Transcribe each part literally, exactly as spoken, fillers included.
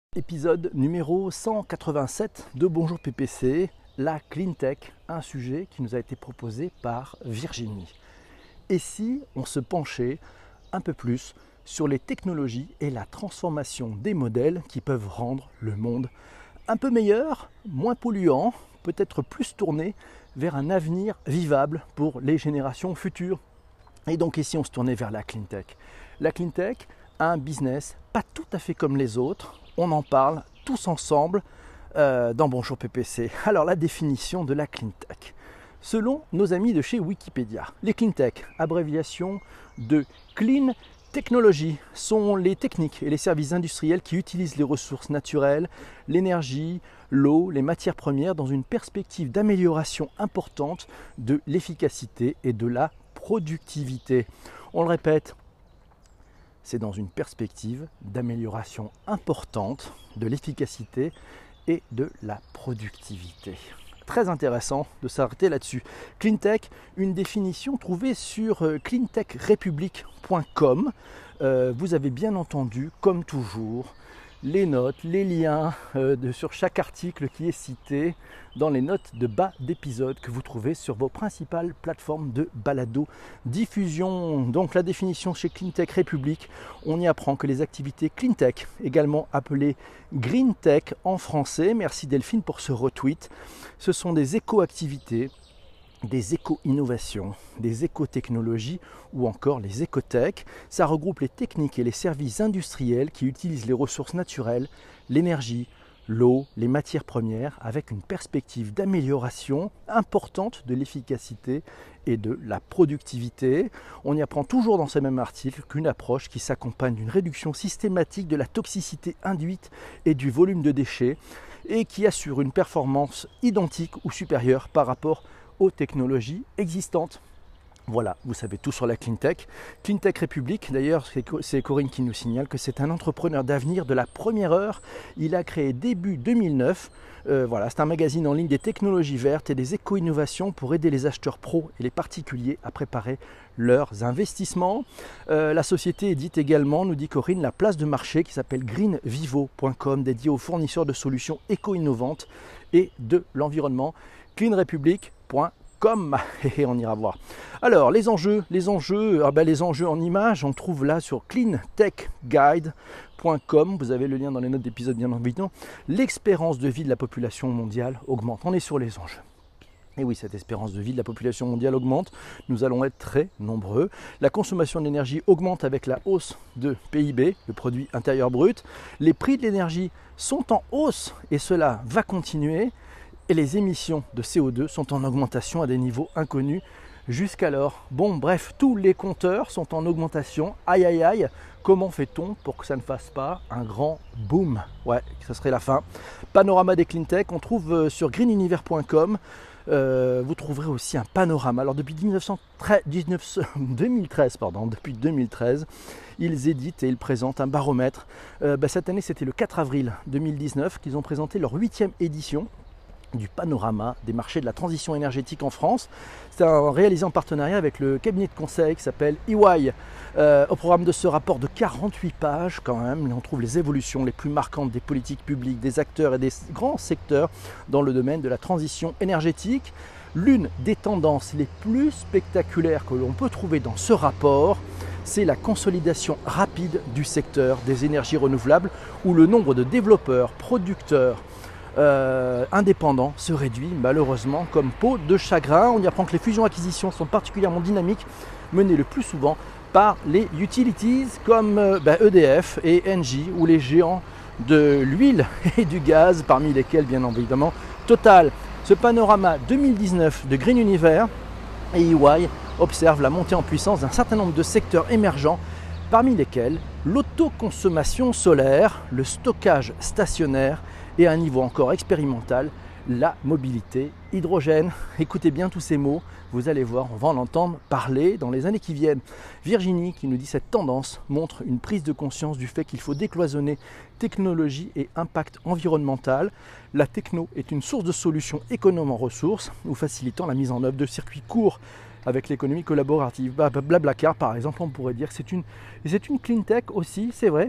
Épisode numéro cent quatre-vingt-sept de Bonjour P P C, la Clean Tech, un sujet qui nous a été proposé par Virginie. Et si on se penchait un peu plus sur les technologies et la transformation des modèles qui peuvent rendre le monde un peu meilleur, moins polluant, peut-être plus tourné vers un avenir vivable pour les générations futures. Et donc ici on se tournait vers la Clean Tech. La Clean Tech, un business pas tout à fait comme les autres. On en parle tous ensemble euh, dans Bonjour P P C. Alors la définition de la Clean Tech. Selon nos amis de chez Wikipédia, les Clean Tech, abréviation de Clean Technology, sont les techniques et les services industriels qui utilisent les ressources naturelles, l'énergie, l'eau, les matières premières dans une perspective d'amélioration importante de l'efficacité et de la productivité. On le répète, c'est dans une perspective d'amélioration importante de l'efficacité et de la productivité. Très intéressant de s'arrêter là-dessus. Clean Tech, une définition trouvée sur clean tech republic point com. Euh, vous avez bien entendu, comme toujours, les notes, les liens euh, de, sur chaque article qui est cité dans les notes de bas d'épisode que vous trouvez sur vos principales plateformes de balado diffusion. Donc la définition chez Clean Tech Republic, on y apprend que les activités Clean Tech, également appelées Green Tech en français, merci Delphine pour ce retweet, ce sont des éco-activités, des éco-innovations, des éco-technologies ou encore les éco-tech. Ça regroupe les techniques et les services industriels qui utilisent les ressources naturelles, l'énergie, l'eau, les matières premières avec une perspective d'amélioration importante de l'efficacité et de la productivité. On y apprend toujours dans ce même article qu'une approche qui s'accompagne d'une réduction systématique de la toxicité induite et du volume de déchets et qui assure une performance identique ou supérieure par rapport aux technologies existantes. Voilà, vous savez tout sur la Clean Tech. Clean Tech Republic, d'ailleurs, c'est Corinne qui nous signale que c'est un entrepreneur d'avenir de la première heure. Il a créé début deux mille neuf. Euh, voilà, c'est un magazine en ligne des technologies vertes et des éco-innovations pour aider les acheteurs pros et les particuliers à préparer leurs investissements. Euh, la société édite également, nous dit Corinne, la place de marché qui s'appelle green vivo point com, dédiée aux fournisseurs de solutions éco-innovantes et de l'environnement. clean republic point com et on ira voir. Alors les enjeux, les enjeux, ah ben, les enjeux en images, on trouve là sur clean tech guide point com. Vous avez le lien dans les notes d'épisode bien évidemment. L'espérance de vie de la population mondiale augmente. On est sur les enjeux. Et oui, cette espérance de vie de la population mondiale augmente. Nous allons être très nombreux. La consommation d'énergie augmente avec la hausse de P I B, le produit intérieur brut. Les prix de l'énergie sont en hausse et cela va continuer. Et les émissions de C O deux sont en augmentation à des niveaux inconnus jusqu'alors. Bon, bref, tous les compteurs sont en augmentation. Aïe, aïe, aïe, comment fait-on pour que ça ne fasse pas un grand boom? Ouais, ça serait la fin. Panorama des Clean Tech, on trouve sur green univers point com. Euh, vous trouverez aussi un panorama. Alors depuis deux mille treize, pardon, depuis deux mille treize, ils éditent et ils présentent un baromètre. Euh, bah, cette année, c'était le quatre avril deux mille dix-neuf qu'ils ont présenté leur huitième édition du panorama des marchés de la transition énergétique en France. C'est réalisé en partenariat avec le cabinet de conseil qui s'appelle E Y. Euh, au programme de ce rapport de quarante-huit pages quand même, on trouve les évolutions les plus marquantes des politiques publiques, des acteurs et des grands secteurs dans le domaine de la transition énergétique. L'une des tendances les plus spectaculaires que l'on peut trouver dans ce rapport, c'est la consolidation rapide du secteur des énergies renouvelables où le nombre de développeurs, producteurs, Euh, indépendants se réduit malheureusement comme peau de chagrin. On y apprend que les fusions-acquisitions sont particulièrement dynamiques, menées le plus souvent par les utilities comme euh, bah, E D F et Engie ou les géants de l'huile et du gaz, parmi lesquels bien évidemment Total. Ce panorama deux mille dix-neuf de Green Univers et E Y observe la montée en puissance d'un certain nombre de secteurs émergents, parmi lesquels l'autoconsommation solaire, le stockage stationnaire et à un niveau encore expérimental, la mobilité hydrogène. Écoutez bien tous ces mots, vous allez voir, on va en entendre parler dans les années qui viennent. Virginie qui nous dit cette tendance montre une prise de conscience du fait qu'il faut décloisonner technologie et impact environnemental. La techno est une source de solutions économes en ressources ou facilitant la mise en œuvre de circuits courts avec l'économie collaborative. Blablacar par exemple, on pourrait dire que c'est une, c'est une clean tech aussi, c'est vrai.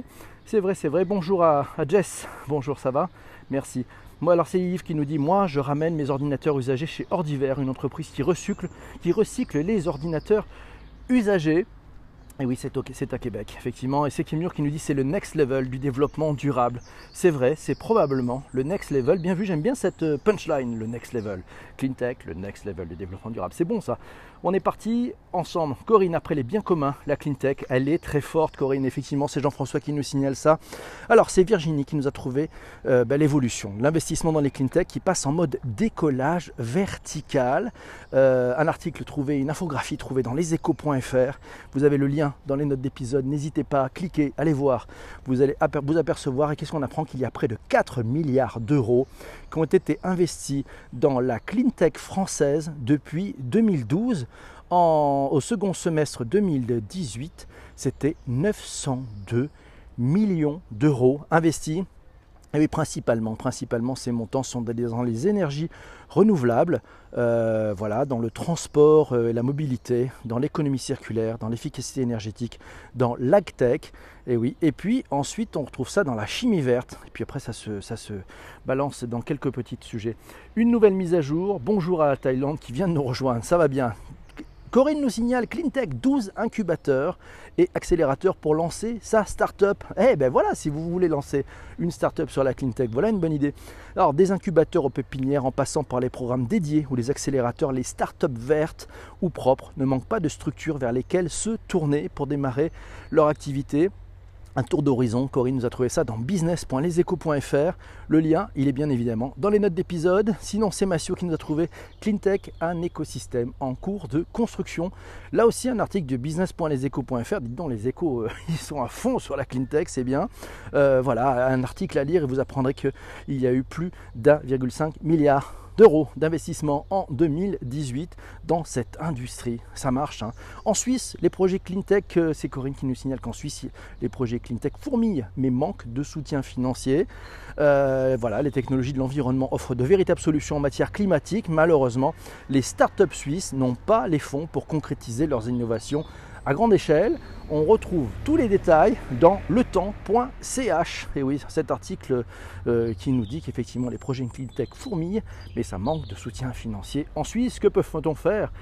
C'est vrai, c'est vrai. Bonjour à, à Jess. Bonjour, ça va? Merci. Moi, alors c'est Yves qui nous dit, moi je ramène mes ordinateurs usagés chez Ordiver, une entreprise qui recycle, qui recycle les ordinateurs usagés. Et oui, c'est, c'est à Québec, effectivement. Et c'est Kimur qui nous dit c'est le next level du développement durable. C'est vrai, c'est probablement le next level. Bien vu, j'aime bien cette punchline, le next level. Clean tech, le next level du développement durable. C'est bon ça. On est parti ensemble. Corinne, après les biens communs, la clean tech, elle est très forte, Corinne. Effectivement, c'est Jean-François qui nous signale ça. Alors, c'est Virginie qui nous a trouvé euh, ben, l'évolution, l'investissement dans les clean tech qui passe en mode décollage vertical. Euh, un article trouvé, une infographie trouvée dans leséchos point f r. Vous avez le lien dans les notes d'épisode. N'hésitez pas à cliquer, allez voir. Vous allez aper- vous apercevoir. Et qu'est-ce qu'on apprend? Qu'il y a près de quatre milliards d'euros qui ont été investis dans la clean tech française depuis deux mille douze. En, au second semestre deux mille dix-huit, c'était neuf cent deux millions d'euros investis. Et oui, principalement, principalement, ces montants sont dans les énergies renouvelables, euh, voilà, dans le transport et la mobilité, dans l'économie circulaire, dans l'efficacité énergétique, dans l'agtech. Et oui, et puis ensuite on retrouve ça dans la chimie verte. Et puis après ça se, ça se balance dans quelques petits sujets. Une nouvelle mise à jour. Bonjour à la Thaïlande qui vient de nous rejoindre. Ça va bien. Corinne nous signale CleanTech, douze incubateurs et accélérateurs pour lancer sa start-up. Eh ben voilà, si vous voulez lancer une start-up sur la CleanTech, voilà une bonne idée. Alors des incubateurs aux pépinières en passant par les programmes dédiés ou les accélérateurs, les start-up vertes ou propres ne manquent pas de structures vers lesquelles se tourner pour démarrer leur activité. Un tour d'horizon, Corinne nous a trouvé ça dans business point leséchos point f r. Le lien, il est bien évidemment dans les notes d'épisode. Sinon, c'est Massio qui nous a trouvé CleanTech, un écosystème en cours de construction. Là aussi, un article de business point leséchos point f r. Dites donc, les échos, euh, ils sont à fond sur la CleanTech, c'est bien. Euh, voilà, un article à lire et vous apprendrez qu'il y a eu plus d'un virgule cinq milliard d'euros d'investissement en deux mille dix-huit dans cette industrie. Ça marche. Hein. En Suisse, les projets CleanTech, c'est Corinne qui nous signale qu'en Suisse, les projets CleanTech fourmillent, mais manquent de soutien financier. Euh, voilà, les technologies de l'environnement offrent de véritables solutions en matière climatique. Malheureusement, les startups suisses n'ont pas les fonds pour concrétiser leurs innovations à grande échelle. On retrouve tous les détails dans le temps point c h. Et oui, cet article euh, qui nous dit qu'effectivement les projets CleanTech fourmillent, mais ça manque de soutien financier. En Suisse, que peut-on faire?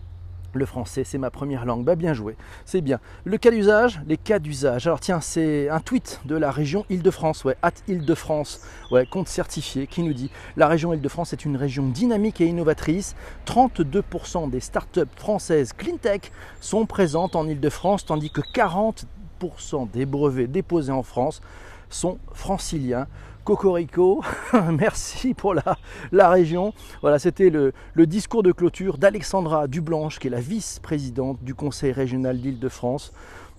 Le français, c'est ma première langue. Bah, bien joué, c'est bien. Le cas d'usage, les cas d'usage. Alors tiens, c'est un tweet de la région Île-de-France, ouais, at Île-de-France, ouais, compte certifié, qui nous dit la région Île-de-France est une région dynamique et innovatrice. trente-deux pour cent des startups françaises CleanTech sont présentes en Île-de-France, tandis que quarante pour cent des brevets déposés en France sont franciliens. Cocorico, merci pour la, la région. Voilà, c'était le, le discours de clôture d'Alexandra Dublanche, qui est la vice-présidente du Conseil régional d'Île-de-France.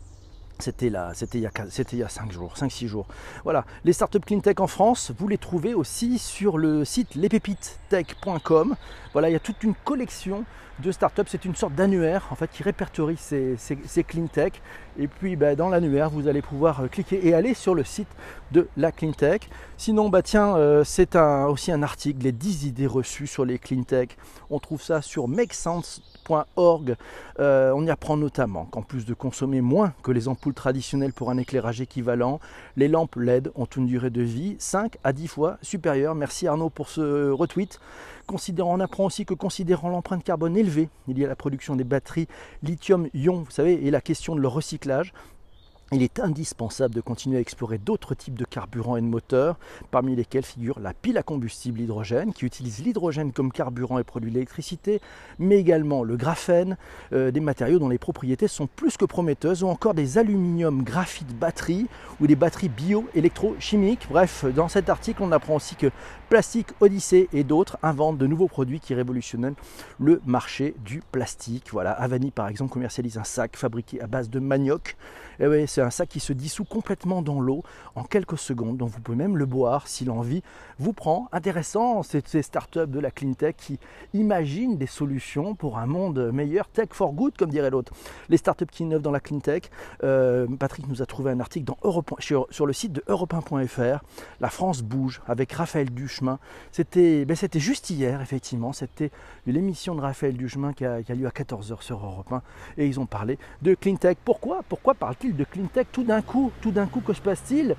C'était là, c'était il y a, c'était il y a cinq jours, cinq six jours. Voilà, les startups CleanTech en France, vous les trouvez aussi sur le site les pépites tech point com. Voilà, il y a toute une collection de startups. C'est une sorte d'annuaire en fait qui répertorie ces, ces, ces CleanTech. Et puis bah, dans l'annuaire, vous allez pouvoir cliquer et aller sur le site de la CleanTech. Sinon, bah tiens, euh, c'est un, aussi un article, les dix idées reçues sur les CleanTech. On trouve ça sur make sense point org. Euh, on y apprend notamment qu'en plus de consommer moins que les ampoules traditionnelles pour un éclairage équivalent, les lampes L E D ont une durée de vie cinq à dix fois supérieure. Merci Arnaud pour ce retweet. Considérant, on apprend aussi que considérant l'empreinte carbone élevée, il y a la production des batteries lithium-ion, vous savez, et la question de leur recyclage. Il est indispensable de continuer à explorer d'autres types de carburants et de moteurs, parmi lesquels figure la pile à combustible hydrogène, qui utilise l'hydrogène comme carburant et produit l'électricité, mais également le graphène, euh, des matériaux dont les propriétés sont plus que prometteuses, ou encore des aluminium graphite batteries ou des batteries bio-électrochimiques. Bref, dans cet article, on apprend aussi que Plastique Odyssée et d'autres inventent de nouveaux produits qui révolutionnent le marché du plastique. Voilà, Avani par exemple commercialise un sac fabriqué à base de manioc. Et oui, c'est un sac qui se dissout complètement dans l'eau en quelques secondes, donc vous pouvez même le boire si l'envie vous prend. Intéressant, c'est ces startups de la CleanTech qui imaginent des solutions pour un monde meilleur, tech for good comme dirait l'autre. Les startups qui innovent dans la CleanTech, euh, Patrick nous a trouvé un article dans Europe, sur, sur le site de europe un point f r. La France bouge avec Raphaël Duche Duchemin. C'était ben, c'était juste hier, effectivement. C'était l'émission de Raphaël Duchemin qui a, qui a lieu à quatorze heures sur Europe un. Et ils ont parlé de cleantech. Pourquoi Pourquoi parle-t-il de cleantech tout d'un coup Tout d'un coup, que se passe-t-il?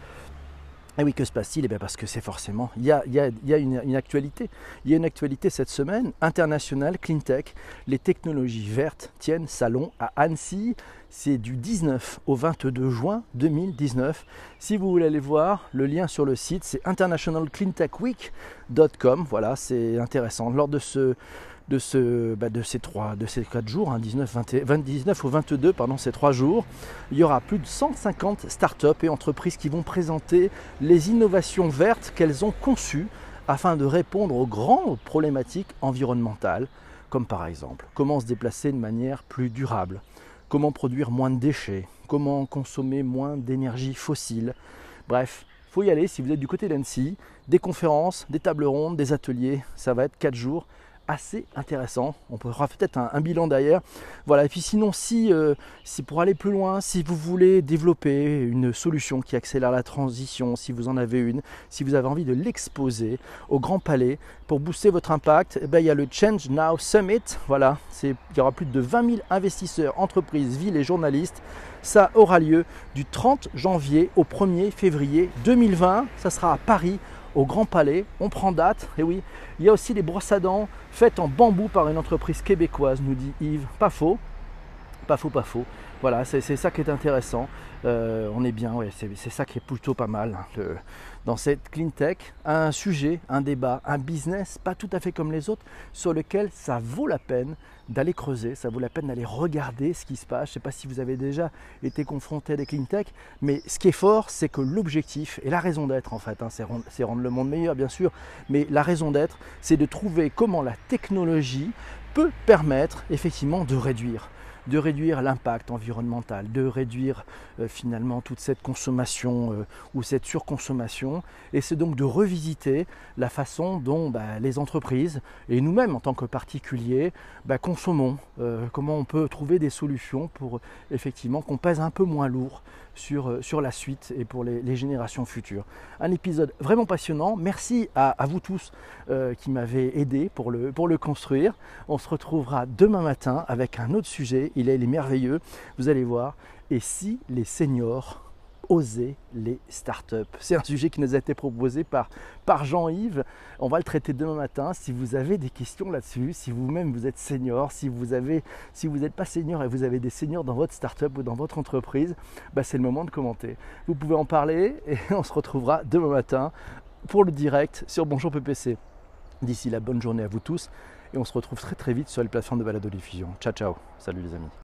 Et oui, que se passe-t-il? Eh bien parce que c'est forcément, il y a, il y a, il y a une, une actualité. Il y a une actualité cette semaine, internationale, cleantech. Les technologies vertes tiennent salon à Annecy. C'est du dix-neuf au vingt-deux juin deux mille dix-neuf. Si vous voulez aller voir, le lien sur le site, c'est international cleantech week point com. Voilà, c'est intéressant. Lors de ce... De, ce, bah de ces trois, de ces quatre jours, hein, dix-neuf, vingt, vingt, dix-neuf au vingt-deux, pardon, ces trois jours, il y aura plus de cent cinquante startups et entreprises qui vont présenter les innovations vertes qu'elles ont conçues afin de répondre aux grandes problématiques environnementales, comme par exemple comment se déplacer de manière plus durable, comment produire moins de déchets, comment consommer moins d'énergie fossile. Bref, il faut y aller si vous êtes du côté d'Annecy, des conférences, des tables rondes, des ateliers, ça va être quatre jours. Assez intéressant, on pourra peut-être un, un bilan derrière. Voilà, et puis sinon, si, euh, si pour aller plus loin, si vous voulez développer une solution qui accélère la transition, si vous en avez une, si vous avez envie de l'exposer au Grand Palais pour booster votre impact, eh ben, il y a le Change Now Summit. Voilà, c'est, il y aura plus de vingt mille investisseurs, entreprises, villes et journalistes. Ça aura lieu du trente janvier au premier février deux mille vingt. Ça sera à Paris, au Grand Palais. On prend date. Et oui, il y a aussi les brosses à dents faites en bambou par une entreprise québécoise, nous dit Yves. Pas faux, pas faux, pas faux. Voilà, c'est, c'est ça qui est intéressant. Euh, on est bien, ouais, c'est, c'est ça qui est plutôt pas mal. Hein, le, dans cette cleantech, un sujet, un débat, un business, pas tout à fait comme les autres, sur lequel ça vaut la peine d'aller creuser, ça vaut la peine d'aller regarder ce qui se passe. Je ne sais pas si vous avez déjà été confronté à des cleantech, mais ce qui est fort, c'est que l'objectif et la raison d'être, en fait, hein, c'est, rendre, c'est rendre le monde meilleur, bien sûr, mais la raison d'être, c'est de trouver comment la technologie peut permettre effectivement de réduire. de réduire l'impact environnemental, de réduire euh, finalement toute cette consommation euh, ou cette surconsommation. Et c'est donc de revisiter la façon dont bah, les entreprises et nous-mêmes en tant que particuliers bah, consommons, euh, comment on peut trouver des solutions pour effectivement qu'on pèse un peu moins lourd sur, euh, sur la suite et pour les, les générations futures. Un épisode vraiment passionnant. Merci à, à vous tous euh, qui m'avez aidé pour le, pour le construire. On se retrouvera demain matin avec un autre sujet. Il est, il est merveilleux, vous allez voir. Et si les seniors osaient les startups? C'est un sujet qui nous a été proposé par, par Jean-Yves. On va le traiter demain matin. Si vous avez des questions là-dessus, si vous-même vous êtes senior, si vous avez, si vous n'êtes pas senior et vous avez des seniors dans votre startup ou dans votre entreprise, bah c'est le moment de commenter. Vous pouvez en parler et on se retrouvera demain matin pour le direct sur Bonjour P P C. D'ici là, bonne journée à vous tous. Et on se retrouve très très vite sur les plateformes de balado-diffusion. Ciao ciao, salut les amis.